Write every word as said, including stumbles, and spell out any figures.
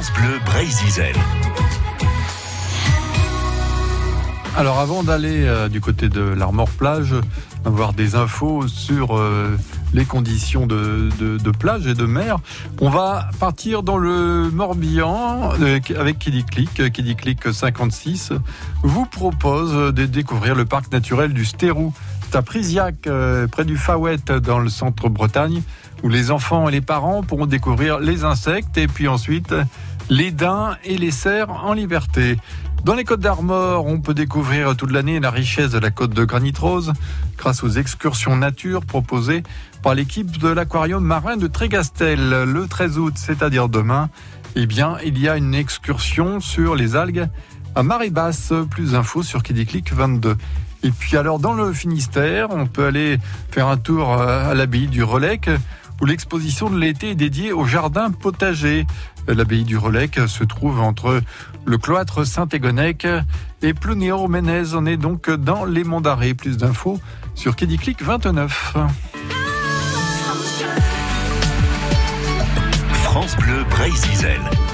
France Bleu Brésil. Alors avant d'aller euh, du côté de l'Armor Plage, avoir des infos sur euh, les conditions de, de, de plage et de mer, on va partir dans le Morbihan euh, avec Kidiclic. Kidiclic cinquante-six vous propose de découvrir le parc naturel du Stérou. C'est à Priziac, euh, près du Fawet, dans le centre Bretagne, où les enfants et les parents pourront découvrir les insectes et puis ensuite les daims et les cerfs en liberté. Dans les Côtes d'Armor, on peut découvrir toute l'année la richesse de la côte de Granit Rose grâce aux excursions nature proposées par l'équipe de l'aquarium marin de Trégastel. Le treize août, c'est-à-dire demain, eh bien, il y a une excursion sur les algues à marée basse. Plus d'infos sur Kidiclic vingt-deux. Et puis alors, dans le Finistère, on peut aller faire un tour à l'abbaye du Relec, où l'exposition de l'été est dédiée au jardin potager. L'abbaye du Relec se trouve entre le cloître Saint-Égonec et Plounéo-Ménez. On est donc dans les Monts d'Arrée. Plus d'infos sur Kidiclic vingt-neuf. France Bleu Brésil.